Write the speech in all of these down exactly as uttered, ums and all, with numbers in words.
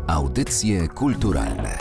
Audycje kulturalne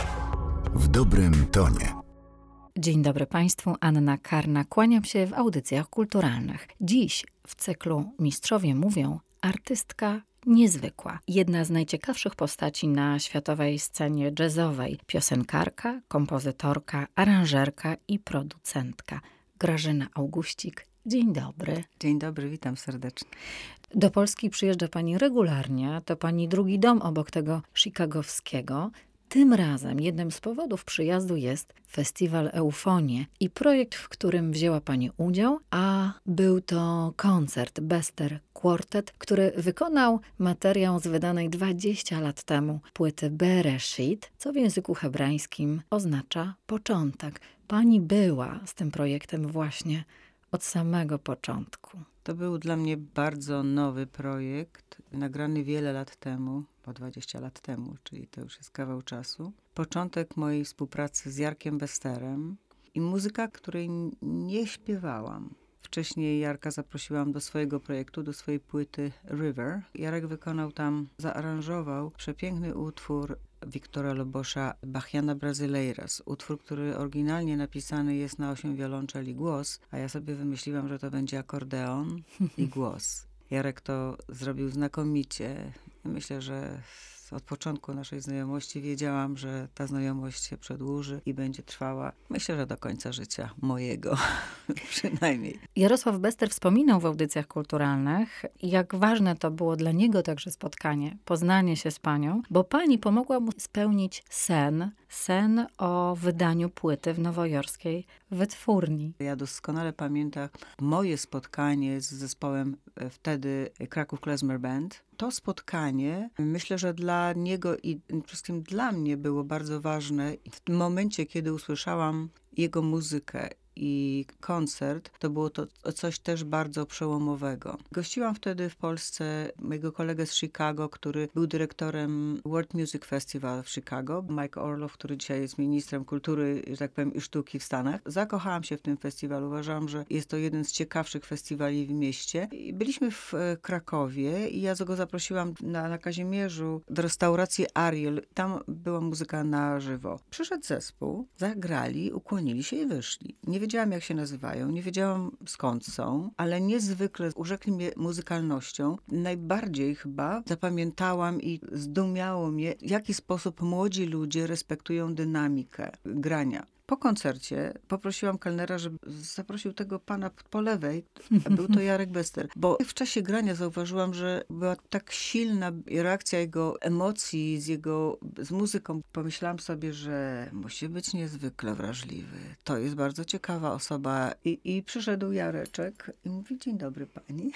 w dobrym tonie. Dzień dobry Państwu, Anna Karna. Kłaniam się w audycjach kulturalnych. Dziś w cyklu Mistrzowie mówią artystka niezwykła. Jedna z najciekawszych postaci na światowej scenie jazzowej. Piosenkarka, kompozytorka, aranżerka i producentka. Grażyna Augustik. Dzień dobry. Dzień dobry, witam serdecznie. Do Polski przyjeżdża Pani regularnie. To Pani drugi dom obok tego chicagowskiego. Tym razem jednym z powodów przyjazdu jest festiwal Eufonie i projekt, w którym wzięła Pani udział, a był to koncert Bester Quartet, który wykonał materiał z wydanej dwadzieścia lat temu płyty Bereshit, co w języku hebrajskim oznacza początek. Pani była z tym projektem właśnie od samego początku. To był dla mnie bardzo nowy projekt, nagrany wiele lat temu, po dwadzieścia lat temu, czyli to już jest kawał czasu. Początek mojej współpracy z Jarkiem Besterem i muzyka, której nie śpiewałam. Wcześniej Jarka zaprosiłam do swojego projektu, do swojej płyty River. Jarek wykonał tam, zaaranżował przepiękny utwór Wiktora Lobosza Bachiana Brasileiras. Utwór, który oryginalnie napisany jest na osiem wiolonczeli głos, a ja sobie wymyśliłam, że to będzie akordeon i głos. Jarek to zrobił znakomicie. Myślę, że od początku naszej znajomości wiedziałam, że ta znajomość się przedłuży i będzie trwała, myślę, że do końca życia mojego przynajmniej. Jarosław Bester wspominał w audycjach kulturalnych, jak ważne to było dla niego także spotkanie, poznanie się z Panią, bo Pani pomogła mu spełnić sen, sen o wydaniu płyty w nowojorskiej wytwórni. Ja doskonale pamiętam moje spotkanie z zespołem wtedy Kraków Klezmer Band. To spotkanie, myślę, że dla niego i przede wszystkim dla mnie było bardzo ważne. W tym momencie, kiedy usłyszałam jego muzykę i koncert, to było to coś też bardzo przełomowego. Gościłam wtedy w Polsce mojego kolegę z Chicago, który był dyrektorem World Music Festival w Chicago, Mike Orloff, który dzisiaj jest ministrem kultury, że tak powiem, i sztuki w Stanach. Zakochałam się w tym festiwalu. Uważam, że jest to jeden z ciekawszych festiwali w mieście. I byliśmy w Krakowie i ja go zaprosiłam na, na Kazimierzu do restauracji Ariel. Tam była muzyka na żywo. Przyszedł zespół, zagrali, ukłonili się i wyszli. Nie wiedziałam, jak się nazywają, nie wiedziałam, skąd są, ale niezwykle urzekli mnie muzykalnością. Najbardziej chyba zapamiętałam i zdumiało mnie, w jaki sposób młodzi ludzie respektują dynamikę grania. Po koncercie poprosiłam kelnera, żeby zaprosił tego pana po lewej, a był to Jarek Bester, bo w czasie grania zauważyłam, że była tak silna reakcja jego emocji z jego, z muzyką. Pomyślałam sobie, że musi być niezwykle wrażliwy. To jest bardzo ciekawa osoba. I, i przyszedł Jareczek i mówi: dzień dobry pani.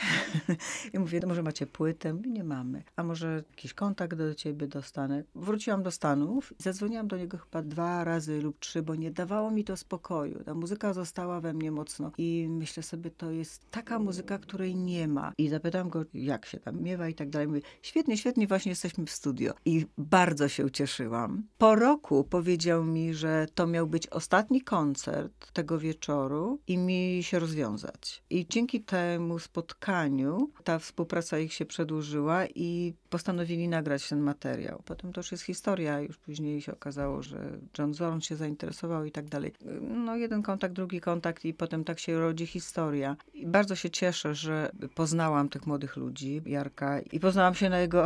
I mówię: no może macie płytę? Mówi: nie mamy. A może jakiś kontakt do ciebie dostanę? Wróciłam do Stanów i zadzwoniłam do niego chyba dwa razy lub trzy, bo nie dawało mi to spokoju. Ta muzyka została we mnie mocno i myślę sobie, to jest taka muzyka, której nie ma. I zapytałam go, jak się tam miewa i tak dalej. Mówi: świetnie, świetnie, właśnie jesteśmy w studio. I bardzo się ucieszyłam. Po roku powiedział mi, że to miał być ostatni koncert tego wieczoru i mi się rozwiązać. I dzięki temu spotkaniu ta współpraca ich się przedłużyła i postanowili nagrać ten materiał. Potem to już jest historia. Już później się okazało, że John Zorn się zainteresował i tak dalej. No jeden kontakt, drugi kontakt i potem tak się rodzi historia. I bardzo się cieszę, że poznałam tych młodych ludzi, Jarka, i poznałam się na jego,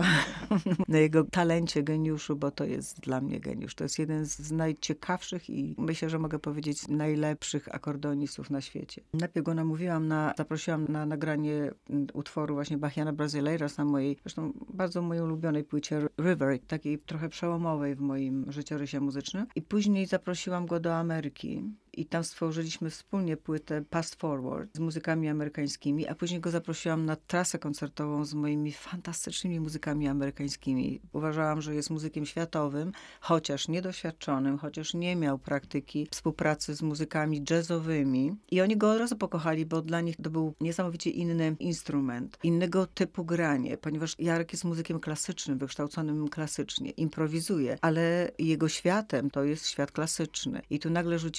na jego talencie, geniuszu, bo to jest dla mnie geniusz. To jest jeden z najciekawszych i myślę, że mogę powiedzieć najlepszych akordonistów na świecie. Najpierw go namówiłam na, zaprosiłam na nagranie utworu właśnie Bachiana Brasileiras na mojej, zresztą bardzo mojej ulubionej płycie River, takiej trochę przełomowej w moim życiorysie muzycznym. I później zaprosiłam go do Ameryki. I tam stworzyliśmy wspólnie płytę Past Forward z muzykami amerykańskimi, a później go zaprosiłam na trasę koncertową z moimi fantastycznymi muzykami amerykańskimi. Uważałam, że jest muzykiem światowym, chociaż niedoświadczonym, chociaż nie miał praktyki współpracy z muzykami jazzowymi. I oni go od razu pokochali, bo dla nich to był niesamowicie inny instrument, innego typu granie, ponieważ Jarek jest muzykiem klasycznym, wykształconym klasycznie, improwizuje, ale jego światem to jest świat klasyczny. I tu nagle rzuciłam go tak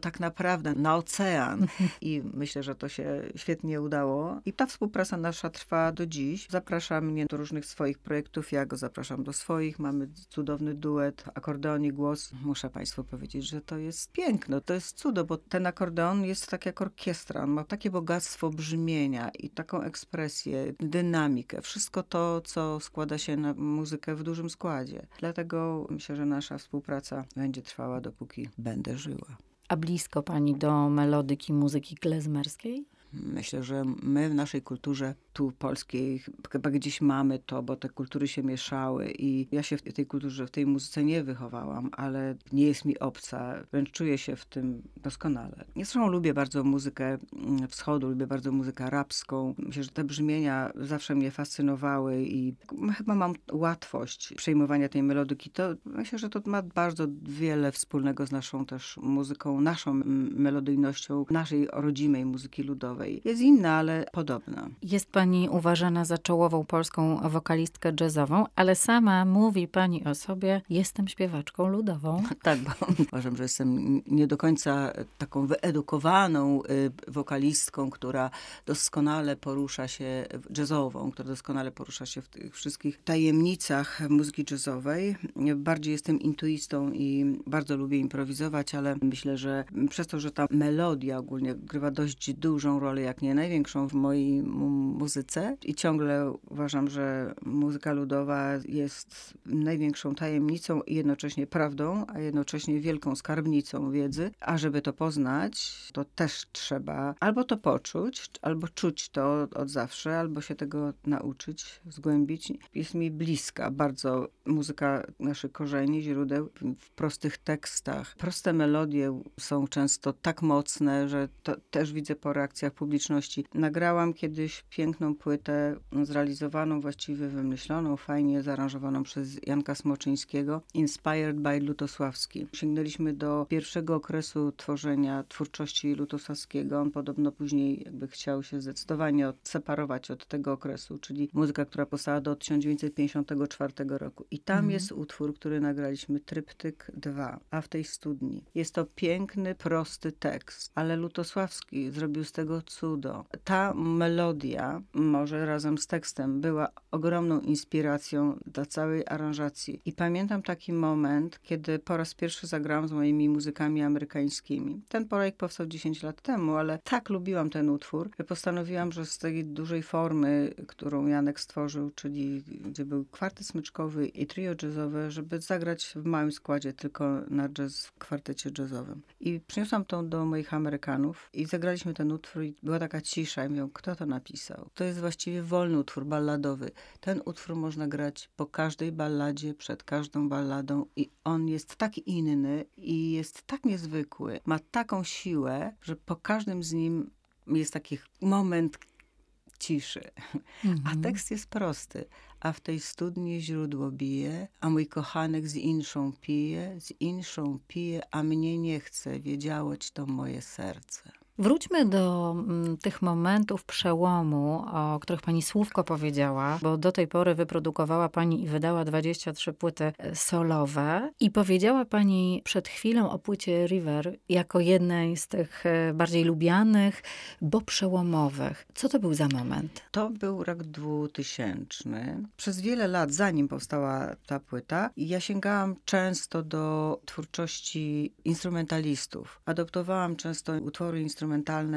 tak naprawdę na ocean. I myślę, że to się świetnie udało. I ta współpraca nasza trwa do dziś. Zaprasza mnie do różnych swoich projektów, ja go zapraszam do swoich. Mamy cudowny duet, akordeon i głos. Muszę państwu powiedzieć, że to jest piękno, to jest cudo, bo ten akordeon jest tak jak orkiestra. On ma takie bogactwo brzmienia i taką ekspresję, dynamikę. Wszystko to, co składa się na muzykę w dużym składzie. Dlatego myślę, że nasza współpraca będzie trwała, dopóki będę żyła. A blisko pani do melodyki muzyki klezmerskiej? Myślę, że my w naszej kulturze tu polskiej chyba gdzieś mamy to, bo te kultury się mieszały i ja się w tej kulturze, w tej muzyce nie wychowałam, ale nie jest mi obca. Wręcz czuję się w tym doskonale. Zresztą lubię bardzo muzykę wschodu, lubię bardzo muzykę arabską. Myślę, że te brzmienia zawsze mnie fascynowały i chyba mam łatwość przejmowania tej melodyki. To myślę, że to ma bardzo wiele wspólnego z naszą też muzyką, naszą melodyjnością, naszej rodzimej muzyki ludowej. Jest inna, ale podobna. Jest pani uważana za czołową polską wokalistkę jazzową, ale sama mówi pani o sobie, jestem śpiewaczką ludową. Tak, bo uważam, że jestem nie do końca taką wyedukowaną wokalistką, która doskonale porusza się, jazzową, która doskonale porusza się w tych wszystkich tajemnicach muzyki jazzowej. Bardziej jestem intuistą i bardzo lubię improwizować, ale myślę, że przez to, że ta melodia ogólnie grywa dość dużą rolę, jak nie największą w mojej muzyce i ciągle uważam, że muzyka ludowa jest największą tajemnicą i jednocześnie prawdą, a jednocześnie wielką skarbnicą wiedzy. A żeby to poznać, to też trzeba albo to poczuć, albo czuć to od zawsze, albo się tego nauczyć, zgłębić. Jest mi bliska bardzo muzyka naszych korzeni, źródeł w prostych tekstach. Proste melodie są często tak mocne, że to też widzę po reakcjach publiczności. Nagrałam kiedyś piękną płytę zrealizowaną, właściwie wymyśloną, fajnie zaaranżowaną przez Janka Smoczyńskiego, Inspired by Lutosławski. Sięgnęliśmy do pierwszego okresu tworzenia twórczości Lutosławskiego. On podobno później jakby chciał się zdecydowanie odseparować od tego okresu, czyli muzyka, która powstała do tysiąc dziewięćset pięćdziesiątego czwartego roku. I tam mhm. jest utwór, który nagraliśmy, Tryptyk dwa, a w tej studni. Jest to piękny, prosty tekst, ale Lutosławski zrobił z tego cudo. Ta melodia, może razem z tekstem, była ogromną inspiracją dla całej aranżacji. I pamiętam taki moment, kiedy po raz pierwszy zagrałam z moimi muzykami amerykańskimi. Ten projekt powstał dziesięć lat temu, ale tak lubiłam ten utwór, że postanowiłam, że z tej dużej formy, którą Janek stworzył, czyli gdzie był kwartet smyczkowy i trio jazzowe, żeby zagrać w małym składzie tylko na jazz w kwartecie jazzowym. I przyniosłam to do moich Amerykanów i zagraliśmy ten utwór i była taka cisza i mówią, kto to napisał? To jest właściwie wolny utwór, balladowy. Ten utwór można grać po każdej balladzie, przed każdą balladą i on jest tak inny i jest tak niezwykły. Ma taką siłę, że po każdym z nim jest taki moment ciszy. Mhm. A tekst jest prosty. A w tej studni źródło bije, a mój kochanek z inszą pije, z inszą pije, a mnie nie chce, wiedziałoć to moje serce. Wróćmy do m, tych momentów przełomu, o których pani słówko powiedziała, bo do tej pory wyprodukowała pani i wydała dwadzieścia trzy płyty solowe i powiedziała pani przed chwilą o płycie River jako jednej z tych bardziej lubianych, bo przełomowych. Co to był za moment? To był rok dwutysięczny. Przez wiele lat, zanim powstała ta płyta, ja sięgałam często do twórczości instrumentalistów. Adoptowałam często utwory instrumentalne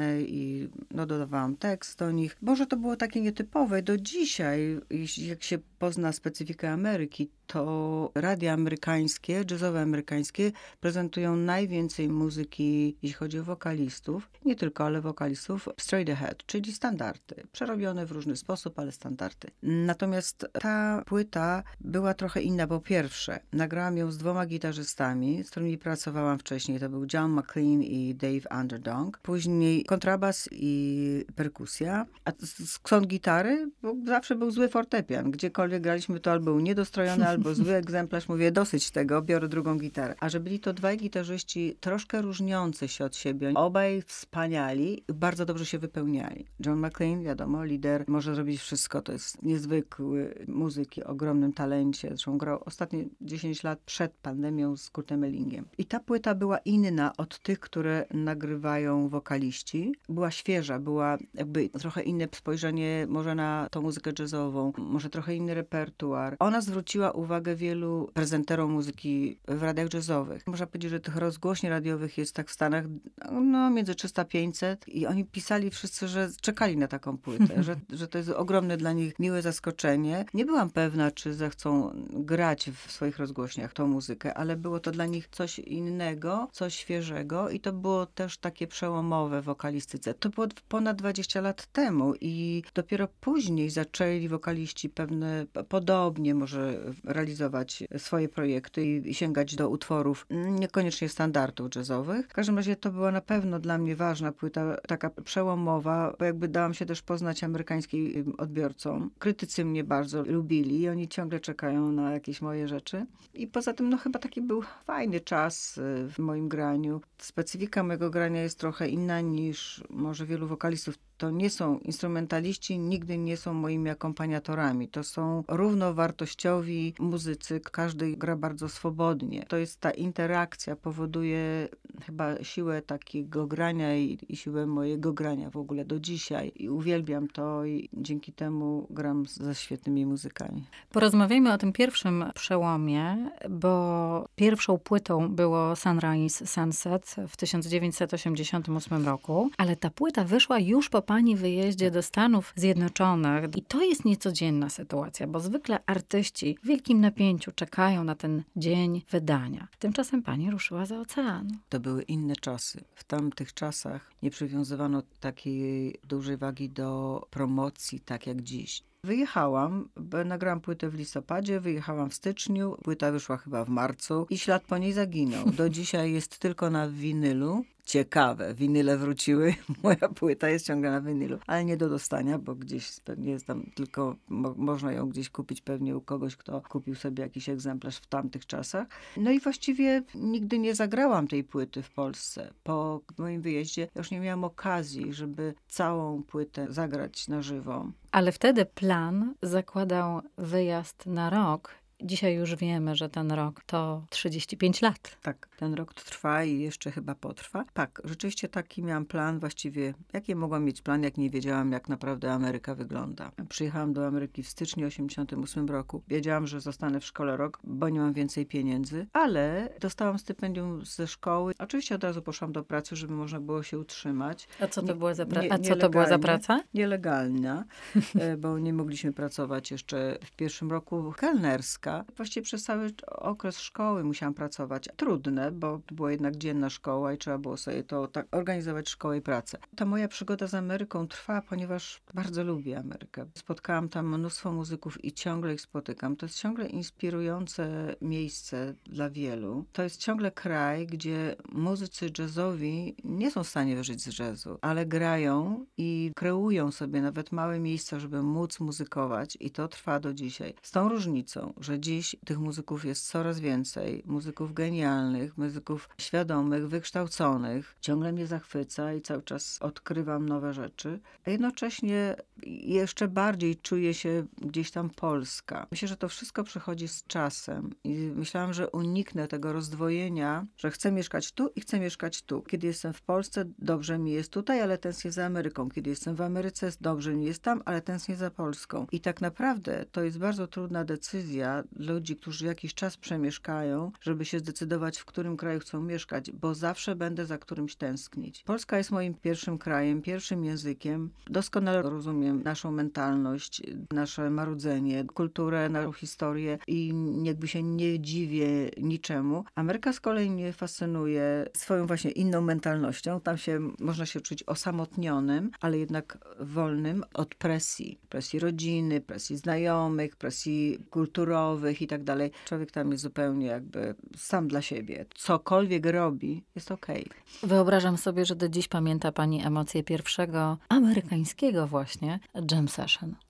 i no, dodawałam tekst do nich. Może to było takie nietypowe. Do dzisiaj, jeśli jak się pozna specyfikę Ameryki, to radia amerykańskie, jazzowe amerykańskie prezentują najwięcej muzyki, jeśli chodzi o wokalistów. Nie tylko, ale wokalistów straight ahead, czyli standardy. Przerobione w różny sposób, ale standardy. Natomiast ta płyta była trochę inna. Po pierwsze, nagrałam ją z dwoma gitarzystami, z którymi pracowałam wcześniej. To był John McLean i Dave Underdog. Później kontrabas i perkusja. A skąd gitary? Bo zawsze był zły fortepian. Gdziekolwiek graliśmy, to albo był niedostrojony, albo zły egzemplarz, mówię, dosyć tego, biorę drugą gitarę. A że byli to dwaj gitarzyści troszkę różniący się od siebie. Obaj wspaniali, bardzo dobrze się wypełniali. John McLean, wiadomo, lider, może zrobić wszystko, to jest niezwykły muzyk o ogromnym talencie. Zresztą grał ostatnie dziesięć lat przed pandemią z Kurtem Ellingiem. I ta płyta była inna od tych, które nagrywają wokaliści. Była świeża, była jakby trochę inne spojrzenie może na tą muzykę jazzową, może trochę inny repertuar. Ona zwróciła uwagę wielu prezenterom muzyki w radiach jazzowych. Można powiedzieć, że tych rozgłośni radiowych jest tak w Stanach no między trzysta a pięćset i oni pisali wszyscy, że czekali na taką płytę, że, że to jest ogromne dla nich miłe zaskoczenie. Nie byłam pewna, czy zechcą grać w swoich rozgłośniach tą muzykę, ale było to dla nich coś innego, coś świeżego i to było też takie przełomowe w wokalistyce. To było ponad dwadzieścia lat temu i dopiero później zaczęli wokaliści pewne, podobnie może realizować swoje projekty i, i sięgać do utworów niekoniecznie standardów jazzowych. W każdym razie to była na pewno dla mnie ważna płyta, taka przełomowa, bo jakby dałam się też poznać amerykańskim odbiorcom. Krytycy mnie bardzo lubili i oni ciągle czekają na jakieś moje rzeczy. I poza tym no chyba taki był fajny czas w moim graniu. Specyfika mojego grania jest trochę inna niż może wielu wokalistów. To nie są instrumentaliści, nigdy nie są moimi akompaniatorami. To są równowartościowi muzycy. Każdy gra bardzo swobodnie. To jest ta interakcja, powoduje chyba siłę takiego grania i, i siłę mojego grania w ogóle do dzisiaj. I uwielbiam to i dzięki temu gram ze świetnymi muzykami. Porozmawiajmy o tym pierwszym przełomie, bo pierwszą płytą było Sunrise Sunset w tysiąc dziewięćset osiemdziesiątym ósmym roku, ale ta płyta wyszła już po pani wyjeździe do Stanów Zjednoczonych. I to jest niecodzienna sytuacja, bo zwykle artyści w wielkim napięciu czekają na ten dzień wydania. Tymczasem pani ruszyła za ocean. To były inne czasy. W tamtych czasach nie przywiązywano takiej dużej wagi do promocji, tak jak dziś. Wyjechałam, nagrałam płytę w listopadzie, wyjechałam w styczniu, płyta wyszła chyba w marcu i ślad po niej zaginął. Do dzisiaj jest tylko na winylu. Ciekawe, winyle wróciły, moja płyta jest ciągle na winylu, ale nie do dostania, bo gdzieś pewnie jest tam tylko, mo- można ją gdzieś kupić pewnie u kogoś, kto kupił sobie jakiś egzemplarz w tamtych czasach. No i właściwie nigdy nie zagrałam tej płyty w Polsce. Po moim wyjeździe już nie miałam okazji, żeby całą płytę zagrać na żywo. Ale wtedy plan zakładał wyjazd na rok. Dzisiaj już wiemy, że ten rok to trzydzieści pięć lat. Tak, ten rok trwa i jeszcze chyba potrwa. Tak, rzeczywiście taki miałam plan właściwie. Jaki mogłam mieć plan, jak nie wiedziałam, jak naprawdę Ameryka wygląda. Przyjechałam do Ameryki w styczniu osiemdziesiątym ósmym roku. Wiedziałam, że zostanę w szkole rok, bo nie mam więcej pieniędzy, ale dostałam stypendium ze szkoły. Oczywiście od razu poszłam do pracy, żeby można było się utrzymać. A co to, nie, była, za pra- nie, A co to była za praca? Nielegalna, bo nie mogliśmy pracować jeszcze w pierwszym roku. Kelnerska. Właściwie przez cały okres szkoły musiałam pracować. Trudne, bo to była jednak dzienna szkoła i trzeba było sobie to tak organizować, szkołę i pracę. Ta moja przygoda z Ameryką trwa, ponieważ bardzo lubię Amerykę. Spotkałam tam mnóstwo muzyków i ciągle ich spotykam. To jest ciągle inspirujące miejsce dla wielu. To jest ciągle kraj, gdzie muzycy jazzowi nie są w stanie wyżyć z jazzu, ale grają i kreują sobie nawet małe miejsca, żeby móc muzykować i to trwa do dzisiaj. Z tą różnicą, że dziś tych muzyków jest coraz więcej. Muzyków genialnych, muzyków świadomych, wykształconych. Ciągle mnie zachwyca i cały czas odkrywam nowe rzeczy. A jednocześnie jeszcze bardziej czuję się gdzieś tam polska. Myślę, że to wszystko przychodzi z czasem. I myślałam, że uniknę tego rozdwojenia, że chcę mieszkać tu i chcę mieszkać tu. Kiedy jestem w Polsce, dobrze mi jest tutaj, ale tęsknię za Ameryką. Kiedy jestem w Ameryce, dobrze mi jest tam, ale tęsknię za Polską. I tak naprawdę to jest bardzo trudna decyzja ludzi, którzy jakiś czas przemieszkają, żeby się zdecydować, w którym kraju chcą mieszkać, bo zawsze będę za którymś tęsknić. Polska jest moim pierwszym krajem, pierwszym językiem. Doskonale rozumiem naszą mentalność, nasze marudzenie, kulturę, naszą historię i jakby się nie dziwię niczemu. Ameryka z kolei mnie fascynuje swoją właśnie inną mentalnością. Tam się można się czuć osamotnionym, ale jednak wolnym od presji. Presji rodziny, presji znajomych, presji kulturowych i tak dalej. Człowiek tam jest zupełnie jakby sam dla siebie. Cokolwiek robi, jest okej. Wyobrażam sobie, że do dziś pamięta pani emocje pierwszego amerykańskiego właśnie jam session.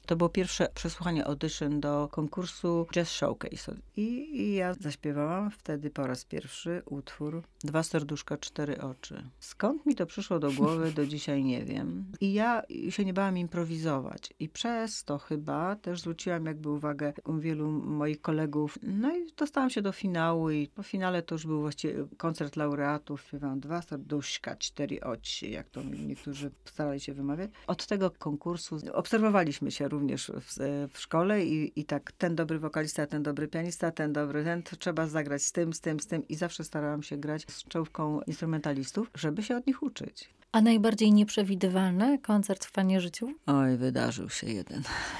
To było pierwsze przesłuchanie audition do konkursu Jazz Showcase. I, I ja zaśpiewałam wtedy po raz pierwszy utwór Dwa serduszka, cztery oczy. Skąd mi to przyszło do głowy, do dzisiaj nie wiem. I ja się nie bałam improwizować. I przez to chyba też zwróciłam jakby uwagę u wielu moich kolegów. No i dostałam się do finału i po finale to już był właściwie koncert laureatów. Śpiewałam Dwa serduszka, cztery oczy, jak to niektórzy starali się wymawiać. Od tego konkursu obserwowaliśmy się również w, w szkole i, i tak ten dobry wokalista, ten dobry pianista, ten dobry, ten to trzeba zagrać z tym, z tym, z tym i zawsze starałam się grać z czołówką instrumentalistów, żeby się od nich uczyć. A najbardziej nieprzewidywalny koncert w pani życiu? Oj, wydarzył się jeden.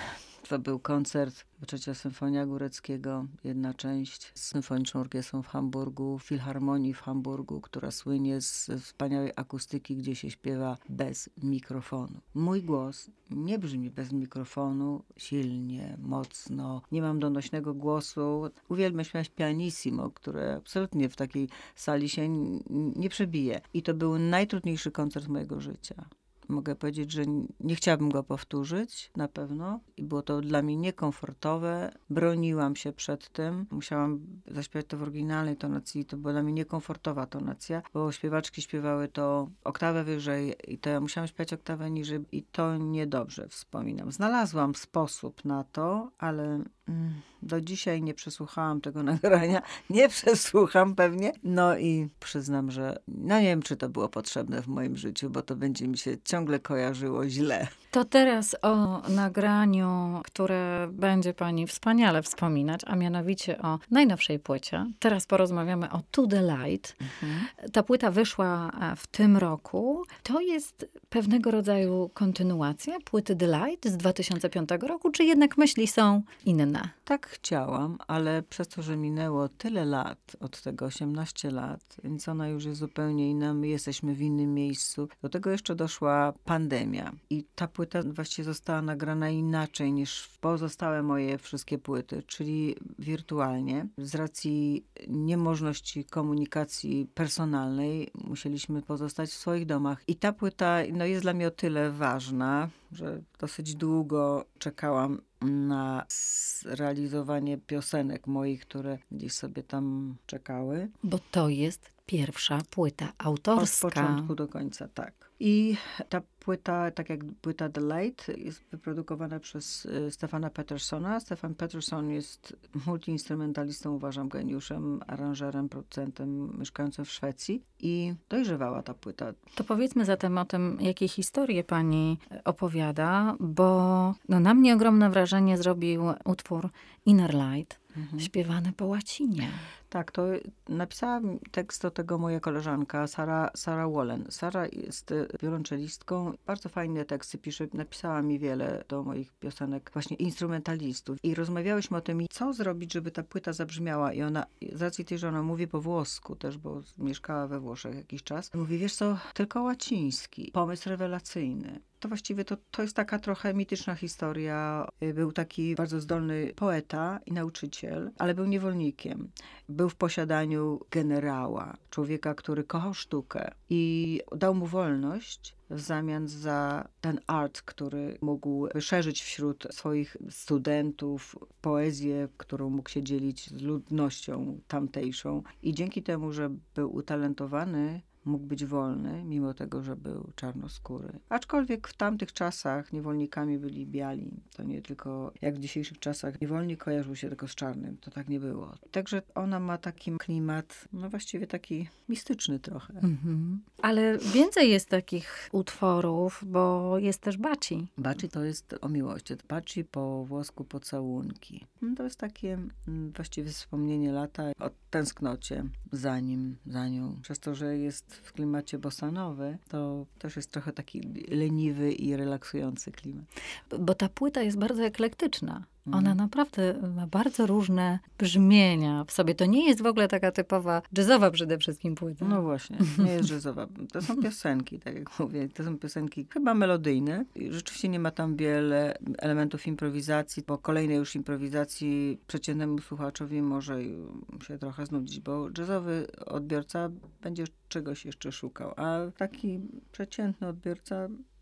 To był koncert Trzecia Symfonia Góreckiego, jedna część z Symfoniczną Orkiestrą w Hamburgu, Filharmonii w Hamburgu, która słynie z wspaniałej akustyki, gdzie się śpiewa bez mikrofonu. Mój głos nie brzmi bez mikrofonu silnie, mocno. Nie mam donośnego głosu. Uwielbiam śpiewać pianissimo, które absolutnie w takiej sali się nie przebije. I to był najtrudniejszy koncert mojego życia. Mogę powiedzieć, że nie chciałabym go powtórzyć, na pewno. I było to dla mnie niekomfortowe. Broniłam się przed tym. Musiałam zaśpiewać to w oryginalnej tonacji. To była dla mnie niekomfortowa tonacja, bo śpiewaczki śpiewały to oktawę wyżej i to ja musiałam śpiewać oktawę niżej i to niedobrze wspominam. Znalazłam sposób na to, ale mm, do dzisiaj nie przesłuchałam tego nagrania. Nie przesłucham pewnie. No i przyznam, że no nie wiem, czy to było potrzebne w moim życiu, bo to będzie mi się ciągle kojarzyło źle. To teraz o nagraniu, które będzie pani wspaniale wspominać, a mianowicie o najnowszej płycie. Teraz porozmawiamy o To The Light. Mhm. Ta płyta wyszła w tym roku. To jest pewnego rodzaju kontynuacja płyty The Light z dwa tysiące piątego roku, czy jednak myśli są inne? Tak chciałam, ale przez to, że minęło tyle lat, od tego osiemnaście lat, więc ona już jest zupełnie inna. My jesteśmy w innym miejscu. Do tego jeszcze doszła pandemia i ta płyta właściwie została nagrana inaczej niż pozostałe moje wszystkie płyty, czyli wirtualnie. Z racji niemożności komunikacji personalnej musieliśmy pozostać w swoich domach. I ta płyta no, jest dla mnie o tyle ważna, że dosyć długo czekałam na zrealizowanie piosenek moich, które gdzieś sobie tam czekały. Bo to jest pierwsza płyta autorska. Od początku do końca, tak. I ta płyta, tak jak płyta The Light, jest wyprodukowana przez Stefana Petterssona. Stefan Pettersson jest multiinstrumentalistą, uważam, geniuszem, aranżerem, producentem, mieszkającym w Szwecji. I dojrzewała ta płyta. To powiedzmy zatem o tym, jakie historie pani opowiada, bo no, na mnie ogromne wrażenie zrobił utwór Inner Light, mhm. śpiewany po łacinie. Tak, to napisała tekst do tego moja koleżanka Sara, Sara Wallen. Sara jest wiolonczelistką, bardzo fajne teksty pisze, napisała mi wiele do moich piosenek właśnie instrumentalistów. I rozmawiałyśmy o tym, co zrobić, żeby ta płyta zabrzmiała. I ona, z racji tej, że ona mówi po włosku też, bo mieszkała we Włoszech jakiś czas, mówi, wiesz co, tylko łaciński. Pomysł rewelacyjny. To właściwie to, to jest taka trochę mityczna historia. Był taki bardzo zdolny poeta i nauczyciel, ale był niewolnikiem. Był w posiadaniu generała, człowieka, który kochał sztukę i dał mu wolność w zamian za ten art, który mógł szerzyć wśród swoich studentów poezję, którą mógł się dzielić z ludnością tamtejszą. I dzięki temu, że był utalentowany, mógł być wolny, mimo tego, że był czarnoskóry. Aczkolwiek w tamtych czasach niewolnikami byli biali. To nie tylko jak w dzisiejszych czasach niewolnik kojarzył się tylko z czarnym. To tak nie było. Także ona ma taki klimat, no właściwie taki mistyczny trochę. Mhm. Ale więcej jest takich utworów, bo jest też Baci. Baci to jest o miłości. Baci po włosku pocałunki. No to jest takie właściwie wspomnienie lata o tęsknocie za nim, za nią. Przez to, że jest w klimacie bossanowy, to też jest trochę taki leniwy i relaksujący klimat. Bo ta płyta jest bardzo eklektyczna. Ona naprawdę ma bardzo różne brzmienia w sobie. To nie jest w ogóle taka typowa jazzowa przede wszystkim płyta. No właśnie, nie jest jazzowa. To są piosenki, tak jak mówię. To są piosenki chyba melodyjne. Rzeczywiście nie ma tam wiele elementów improwizacji, bo kolejnej już improwizacji przeciętnemu słuchaczowi może się trochę znudzić, bo jazzowy odbiorca będzie czegoś jeszcze szukał, a taki przeciętny odbiorca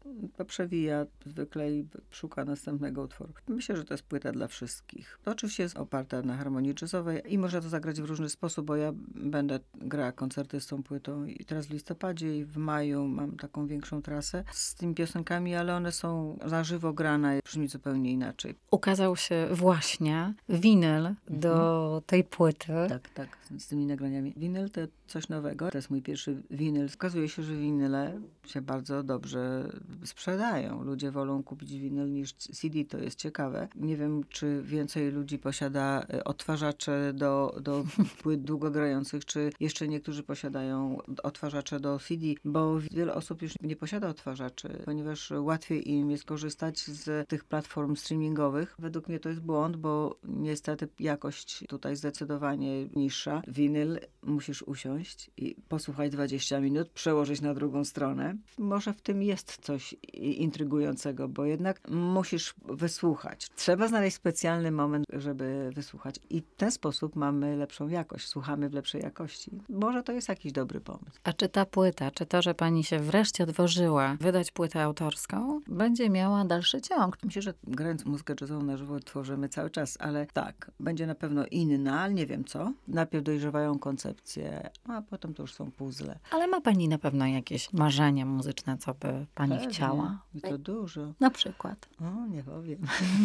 przewija zwykle i szuka następnego utworu. Myślę, że to jest płyta dla wszystkich. To oczywiście jest oparta na harmonii jazzowej i można to zagrać w różny sposób, bo ja będę grała koncerty z tą płytą i teraz w listopadzie i w maju mam taką większą trasę z tymi piosenkami, ale one są na żywo grane, brzmi zupełnie inaczej. Ukazał się właśnie winyl mhm. do tej płyty. Tak, tak, z tymi nagraniami. Winyl to coś nowego. To jest mój pierwszy winyl. Okazuje się, że winyle się bardzo dobrze sprzedają. Ludzie wolą kupić winyl niż C D, to jest ciekawe. Nie wiem, czy więcej ludzi posiada odtwarzacze do, do płyt długogrających, czy jeszcze niektórzy posiadają odtwarzacze do C D, bo wiele osób już nie posiada odtwarzaczy, ponieważ łatwiej im jest korzystać z tych platform streamingowych. Według mnie to jest błąd, bo niestety jakość tutaj zdecydowanie niższa. Winyl musisz usiąść i posłuchać dwadzieścia minut, przełożyć na drugą stronę. Może w tym jest coś intrygującego, bo jednak musisz wysłuchać. Trzeba znaleźć specjalny moment, żeby wysłuchać i w ten sposób mamy lepszą jakość. Słuchamy w lepszej jakości. Może to jest jakiś dobry pomysł. A czy ta płyta, czy to, że pani się wreszcie odważyła wydać płytę autorską, będzie miała dalszy ciąg? Myślę, że grając muzykę jazzową na żywo tworzymy cały czas, ale tak, będzie na pewno inna, ale nie wiem co. Najpierw dojrzewają koncepcje, a potem to już są puzzle. Ale ma pani na pewno jakieś marzenia muzyczne, co by pani Pewnie. chciała? I to dużo. Na przykład? O, nie powiem.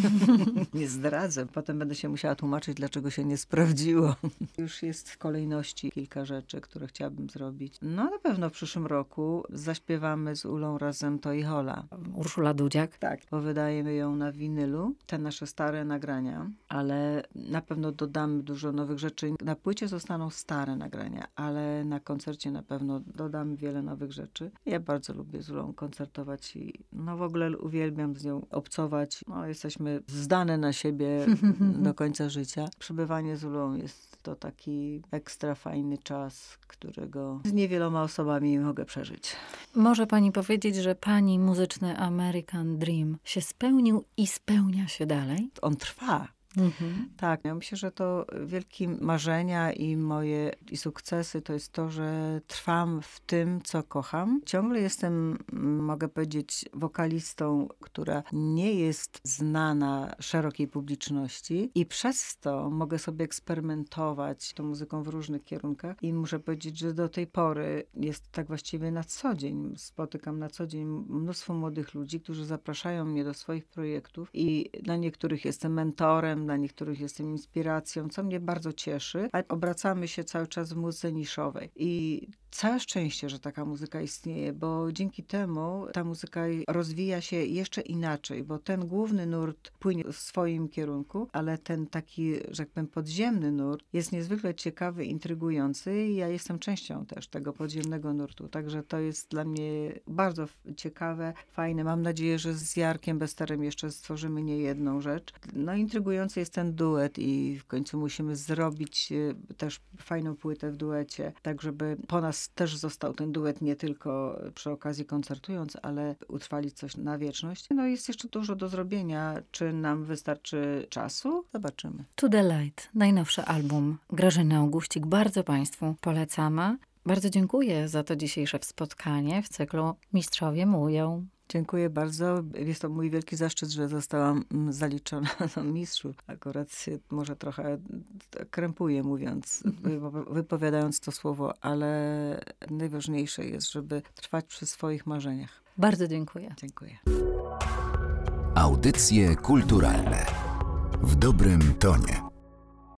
Nie zdradzę. Potem będę się musiała tłumaczyć, dlaczego się nie sprawdziło. Już jest w kolejności kilka rzeczy, które chciałabym zrobić. No na pewno w przyszłym roku zaśpiewamy z Ulą razem To i Hola. Urszula Dudziak? Tak, bo wydajemy ją na winylu, te nasze stare nagrania, ale na pewno dodamy dużo nowych rzeczy. Na płycie zostaną stare nagrania, ale na koncercie na pewno dodamy wiele nowych rzeczy. Ja bardzo lubię z Ulą koncertować i no w ogóle uwielbiam z nią obcować. No, jesteśmy zdane na siebie do końca życia. Przebywanie z Ulą jest to taki ekstra fajny czas, którego z niewieloma osobami mogę przeżyć. Może pani powiedzieć, że pani muzyczny American Dream się spełnił i spełnia się dalej? On trwa. Mhm. Tak, ja myślę, że to wielkie marzenia i moje i sukcesy to jest to, że trwam w tym, co kocham. Ciągle jestem, mogę powiedzieć, wokalistą, która nie jest znana szerokiej publiczności i przez to mogę sobie eksperymentować tą muzyką w różnych kierunkach i muszę powiedzieć, że do tej pory jest tak właściwie na co dzień. Spotykam na co dzień mnóstwo młodych ludzi, którzy zapraszają mnie do swoich projektów i dla niektórych jestem mentorem, dla niektórych jestem inspiracją, co mnie bardzo cieszy, ale obracamy się cały czas w muzyce niszowej. I całe szczęście, że taka muzyka istnieje, bo dzięki temu ta muzyka rozwija się jeszcze inaczej, bo ten główny nurt płynie w swoim kierunku, ale ten taki, że tak powiem, podziemny nurt jest niezwykle ciekawy, intrygujący i ja jestem częścią też tego podziemnego nurtu. Także to jest dla mnie bardzo ciekawe, fajne. Mam nadzieję, że z Jarkiem Besterem jeszcze stworzymy niejedną rzecz. No intrygujący jest ten duet i w końcu musimy zrobić też fajną płytę w duecie, tak żeby po nas też został ten duet nie tylko przy okazji koncertując, ale utrwalić coś na wieczność. No jest jeszcze dużo do zrobienia. Czy nam wystarczy czasu? Zobaczymy. To the Light, najnowszy album Grażyny Augustik. Bardzo państwu polecamy. Bardzo dziękuję za to dzisiejsze spotkanie w cyklu Mistrzowie Mówią. Dziękuję bardzo. Jest to mój wielki zaszczyt, że zostałam zaliczona do mistrzów. Akurat się może trochę krępuję mówiąc, wypowiadając to słowo, ale najważniejsze jest, żeby trwać przy swoich marzeniach. Bardzo dziękuję. Dziękuję. Audycje kulturalne w dobrym tonie.